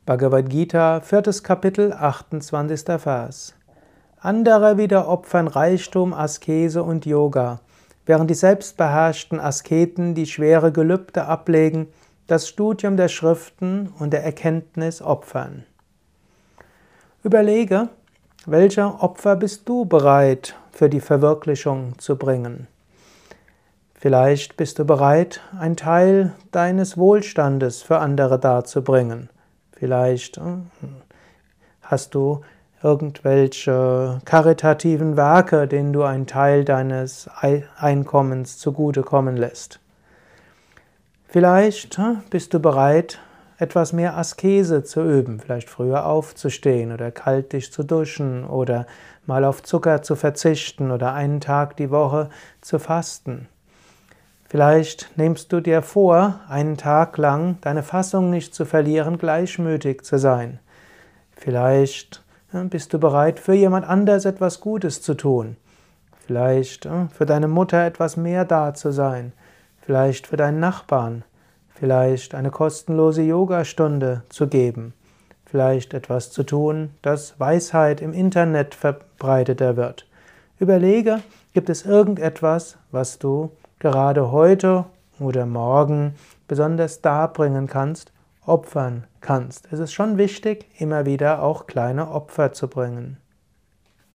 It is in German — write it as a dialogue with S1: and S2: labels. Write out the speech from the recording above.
S1: Bhagavad Gita, 4. Kapitel, 28. Vers. Andere wieder opfern Reichtum, Askese und Yoga, während die selbstbeherrschten Asketen die schwere Gelübde ablegen, das Studium der Schriften und der Erkenntnis opfern. Überlege, welche Opfer bist du bereit für die Verwirklichung zu bringen? Vielleicht bist du bereit, einen Teil deines Wohlstandes für andere darzubringen. Vielleicht hast du irgendwelche karitativen Werke, denen du einen Teil deines Einkommens zugutekommen lässt. Vielleicht bist du bereit, etwas mehr Askese zu üben, vielleicht früher aufzustehen oder kalt dich zu duschen oder mal auf Zucker zu verzichten oder einen Tag die Woche zu fasten. Vielleicht nimmst du dir vor, einen Tag lang deine Fassung nicht zu verlieren, gleichmütig zu sein. Vielleicht bist du bereit, für jemand anders etwas Gutes zu tun. Vielleicht für deine Mutter etwas mehr da zu sein. Vielleicht für deinen Nachbarn. Vielleicht eine kostenlose Yogastunde zu geben. Vielleicht etwas zu tun, dass Weisheit im Internet verbreiteter wird. Überlege, gibt es irgendetwas, was du gerade heute oder morgen besonders darbringen kannst, opfern kannst. Es ist schon wichtig, immer wieder auch kleine Opfer zu bringen.